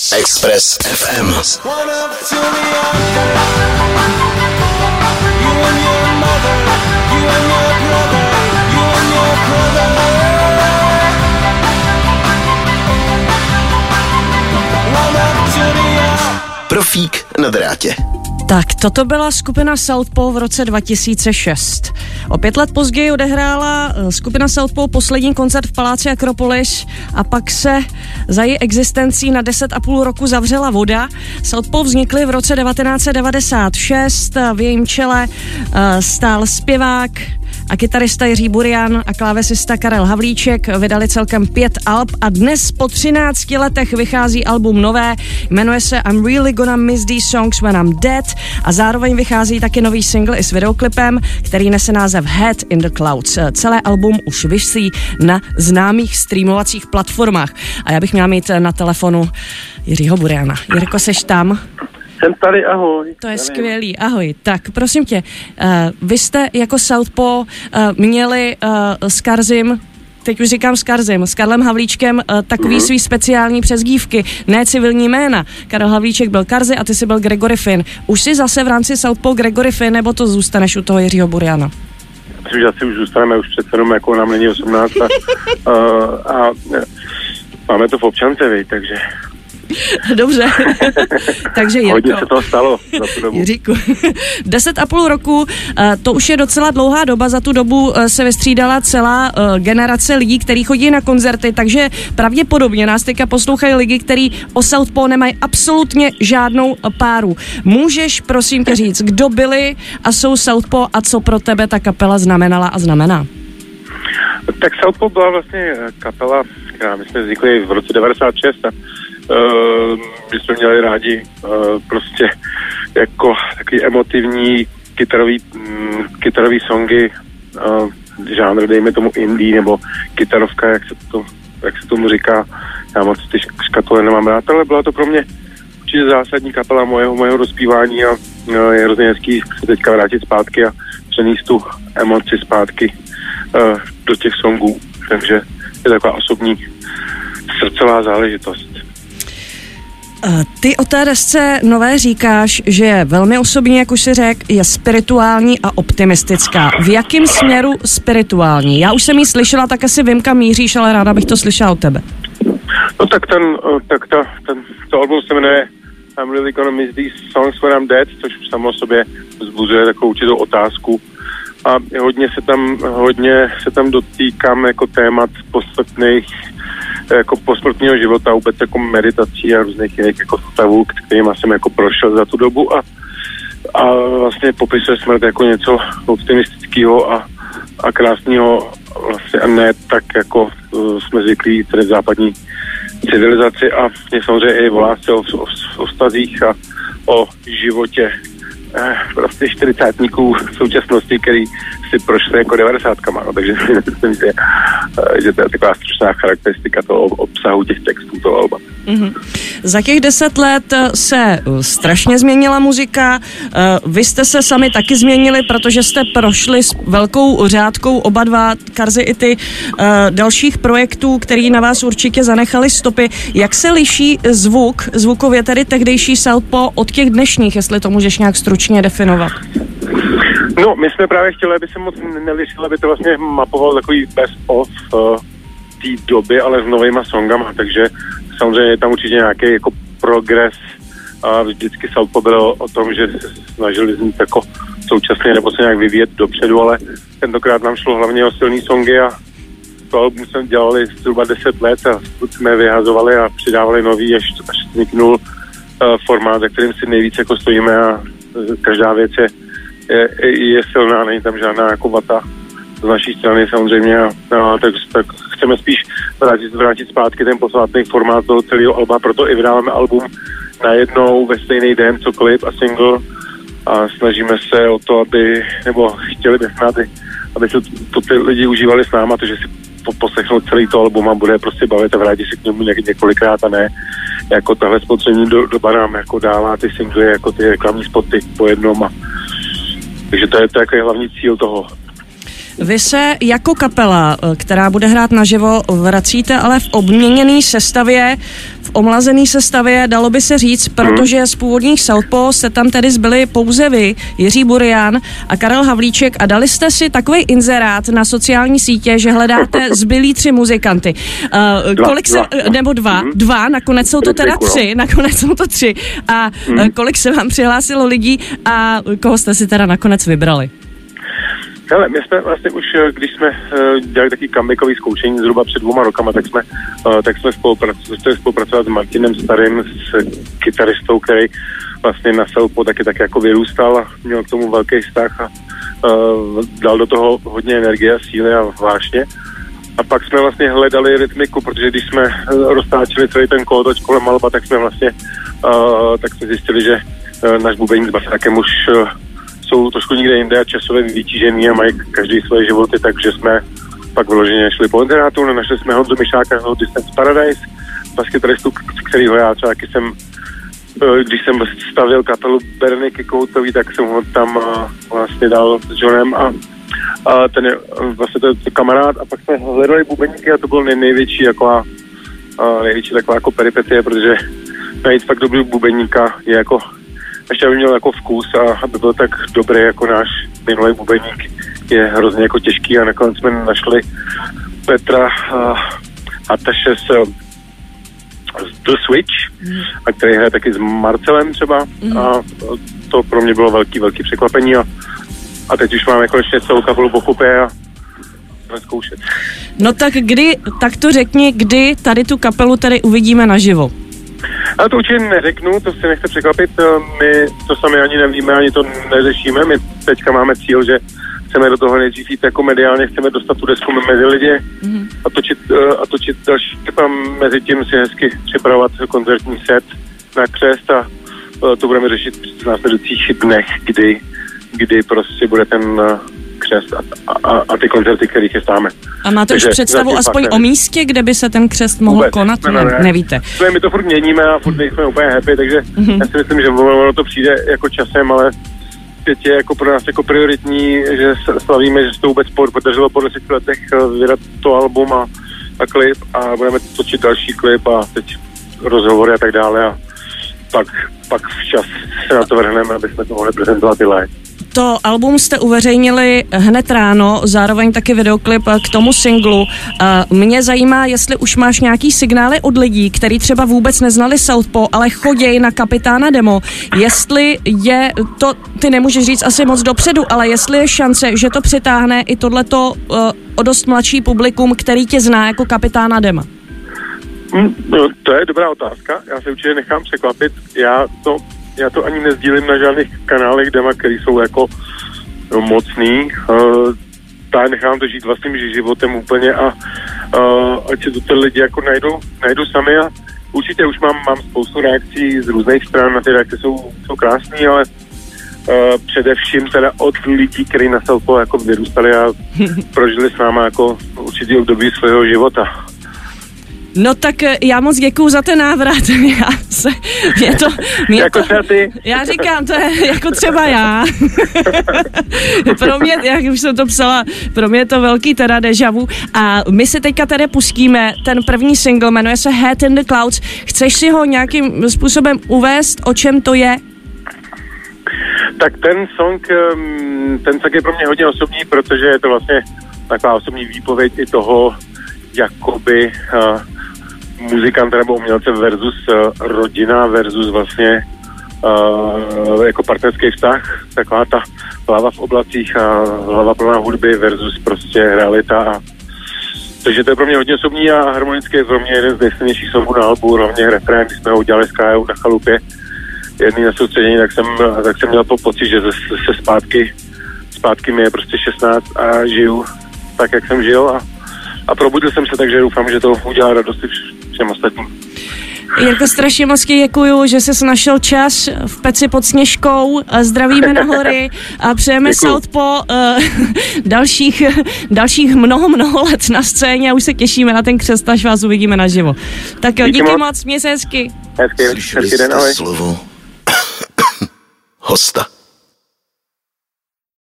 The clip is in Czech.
Express FM. Profík na drátě. Tak, toto byla skupina Southpaw v roce 2006. O 5 let později odehrála skupina Southpaw poslední koncert v paláci Akropolis a pak se za její existencí na 10,5 roku zavřela voda. Southpaw vznikly v roce 1996, v jejím čele stál zpěvák a kytarista Jiří Burian a klávesista Karel Havlíček. Vydali celkem 5 alb a dnes po 13 letech vychází album nové, jmenuje se I'm Really Gonna Miss These Songs When I'm Dead a zároveň vychází taky nový single i s videoklipem, který nese název Head in the Clouds. Celé album už visí na známých streamovacích platformách a já bych měla mít na telefonu Jiřího Buriana. Jirko, seš tam? Jsem tady, ahoj. To je skvělý, ahoj. Tak, prosím tě, vy jste jako Southpaw měli s Karzim, teď už říkám s Karlem Havlíčkem takový svý speciální přezdívky, ne civilní jména. Karel Havlíček byl Karzi a ty jsi byl Gregory Finn. Už jsi zase v rámci Southpaw Gregory Finn, nebo to zůstaneš u toho Jiřího Buriana? Myslím, že asi už zůstaneme, už přece jenom jako nám není 18 a máme to v občance, vej, takže... Dobře, takže Jirko. Hodně se toho stalo za tu dobu. Jiříku, 10,5 roku, to už je docela dlouhá doba, za tu dobu se vystřídala celá generace lidí, kteří chodí na koncerty, takže pravděpodobně nás teďka poslouchají lidi, kteří o Southpaw nemají absolutně žádnou páru. Můžeš prosím tě říct, kdo byli a jsou Southpaw a co pro tebe ta kapela znamenala a znamená? Tak Southpaw byla vlastně kapela, která my jsme vznikli v roce 96 a my jsme měli rádi prostě jako takový emotivní kytarový songy, žánr, dejme tomu indie nebo kytarovka, jak se tomu říká. Já moc ty škatule nemám rád, ale byla to pro mě určitě zásadní kapela mojeho dospívání a je hrozně hezký se teďka vrátit zpátky a přenést tu emoci zpátky do těch songů, takže je taková osobní srdcová záležitost. Ty o té desce nové říkáš, že je velmi osobní, jak už si řekl, je spirituální a optimistická. V jakém směru spirituální? Já už jsem ji slyšela, tak asi vím, kam míříš, ale ráda bych to slyšela od tebe. No tak to album se jmenuje I'm Really Gonna Miss These Songs When I'm Dead, což už samo o sobě vzbuzuje takovou určitou otázku. A hodně se tam dotýkám jako témat posmrtného života, vůbec jako meditací a různých jiných jako stavů, kterýma jsem jako prošel za tu dobu a vlastně popisuje smrt jako něco optimistického a krásného vlastně a ne tak jako jsme zvyklí tedy v západní civilizaci a mě samozřejmě i o lásce, o vztazích a o životě prostě 40tníků v současnosti, který si prošli jako 90kama, no, takže myslím, že to je taková stručná charakteristika toho obsahu těch textů toho alba. Mm-hmm. Za těch 10 let se strašně změnila muzika, vy jste se sami taky změnili, protože jste prošli s velkou řádkou oba dva, Karzi i ty, dalších projektů, který na vás určitě zanechali stopy. Jak se liší zvukově tedy tehdejší Southpaw od těch dnešních, jestli to můžeš nějak stručně definovat? No, my jsme právě chtěli, aby se moc nelišilo, aby to vlastně mapovalo takový best of té doby, ale s novýma songama, takže samozřejmě je tam určitě nějaký jako progres a vždycky Southpaw bylo o tom, že se snažili znít jako současně nebo se nějak vyvíjet dopředu, ale tentokrát nám šlo hlavně o silný songy a to album jsme dělali zhruba 10 let a jsme vyhazovali a přidávali nový, až vzniknul formát, za kterým si nejvíc jako stojíme a každá věc je silná, není tam žádná jako vata z naší strany samozřejmě tak chceme spíš vrátit zpátky ten posvátný formát toho celého alba, proto i vydáváme album najednou ve stejný den, cokoliv a single a snažíme se o to, chtěli bychom, aby se to ty lidi užívali s náma, to, že si poslechnou celý to album a bude prostě bavit a vrátí si k němu několikrát a ne jako tahle spotřební doba nám jako dává ty singly, jako ty reklamní spoty po jednom takže to je takový hlavní cíl toho. Vy se jako kapela, která bude hrát naživo, vracíte ale v obměněné sestavě, v omlazené sestavě, dalo by se říct, protože z původních Southpaw jste tam tedy zbyli pouze vy, Jiří Burian a Karel Havlíček a dali jste si takový inzerát na sociální sítě, že hledáte zbylí 3 muzikanty. Dva, nakonec jsou to teda 3, a kolik se vám přihlásilo lidí a koho jste si teda nakonec vybrali? Hele, my jsme vlastně už, když jsme dělali taky comebackový zkoušení zhruba před 2 rokama, tak jsme spolupracovali s Martinem Starým, s kytaristou, který vlastně na Southpaw taky jako vyrůstal a měl k tomu velký vztah a dal do toho hodně energie a síly a vášně. A pak jsme vlastně hledali rytmiku, protože když jsme roztáčeli celý ten kolotoč kolem alba, tak jsme vlastně tak jsme zjistili, že náš bubeník s basákem už jsou trošku někde jinde a časově vytížený a mají každý svoje životy, takže jsme pak vyloženě šli po internátu, našli jsme Honzu Mišáka z Distance Paradise, baskytaristu, kterýho já třeba taky když jsem stavil kapelu Berniky Koutový, tak jsem ho tam vlastně dal s Johnem a ten je vlastně to kamarád a pak jsme hledali bubeníky a to bylo největší taková jako peripetie, protože najít fakt dobrý bubeníka je jako ještě aby měl jako vkus a aby byl tak dobrý jako náš minulý bubeník je hrozně jako těžký a nakonec jsme našli Petra Hataše z The Switch, a který hraje taky s Marcelem třeba a to pro mě bylo velký překvapení a teď už máme konečně celou kapelu pokupě a budeme zkoušet. No tak to řekni, kdy tady tu kapelu tady uvidíme naživo. Ale to určitě neřeknu, to si nechce překvapit, my to sami ani nevíme, ani to neřešíme, my teďka máme cíl, že chceme do toho nejdřív jít jako mediálně, chceme dostat tu desku mezi lidi a točit další, a mezi tím si hezky připravovat koncertní set na křest a to budeme řešit v následujících dnech, kdy prostě bude ten křest a ty koncerty, které chystáme. A máte už představu aspoň o místě, kde by se ten křest mohl konat? Ne. Nevíte. My to furt měníme a furt nejsme úplně happy, takže já si myslím, že ono to přijde jako časem, ale teď je jako pro nás jako prioritní, že slavíme, že se to vůbec podařilo po 10 letech vydat to album a klip a budeme točit další klip a teď rozhovory a tak dále a pak včas se na to vrhneme, aby jsme to mohli prezentovat i live. To album jste uveřejnili hned ráno, zároveň taky videoklip k tomu singlu. Mě zajímá, jestli už máš nějaký signály od lidí, kteří třeba vůbec neznali Southpaw, ale chodějí na Kapitána Demo. Jestli je to, ty nemůžeš říct asi moc dopředu, ale jestli je šance, že to přitáhne i tohleto o dost mladší publikum, který tě zná jako Kapitána Dema. No, to je dobrá otázka, já se určitě nechám překvapit, já to ani nezdílím na žádných kanálech Dema, který jsou jako mocný. Tak nechám to žít vlastním životem úplně a ať se to lidi jako najdou sami a určitě už mám spoustu reakcí z různých stran, na ty reakce jsou krásný, ale především teda od lidí, kteří na Southpaw jako vyrůstali a prožili s náma jako určitý období svého života. No tak já moc děkuju za ten návrat. Jako třeba ty. Já říkám, to je jako třeba já. Pro mě, jak už jsem to psala, pro mě je to velký teda déjà vu. A my si teďka tady pustíme ten první single, jmenuje se Head in the Clouds. Chceš si ho nějakým způsobem uvést, o čem to je? Tak ten song je pro mě hodně osobní, protože je to vlastně taková osobní výpověď i toho, jakoby muzikanta nebo umělce versus rodina versus vlastně jako partnerský vztah, taková ta hlava v oblacích a hlava plná hudby versus prostě realita. Takže to je pro mě hodně osobní a harmonický je pro mě jeden z nejsilnějších songů na albu, hlavně refrén, když jsme ho udělali s Kajou na chalupě jedný na soustředění, tak jsem měl pocit, že se zpátky mi je prostě 16 a žiju tak, jak jsem žil a probudil jsem se, takže doufám, že to udělá radost všem ostatním. Jirko, strašně moc děkuju, že jsi našel čas v Peci pod Sněžkou. Zdravíme na hory a přejeme Southpaw dalších mnoho let na scéně a už se těšíme na ten křest, až vás uvidíme naživo. Tak jo, díky moc, měj se hezky. Slyšeli jste slovo hosta.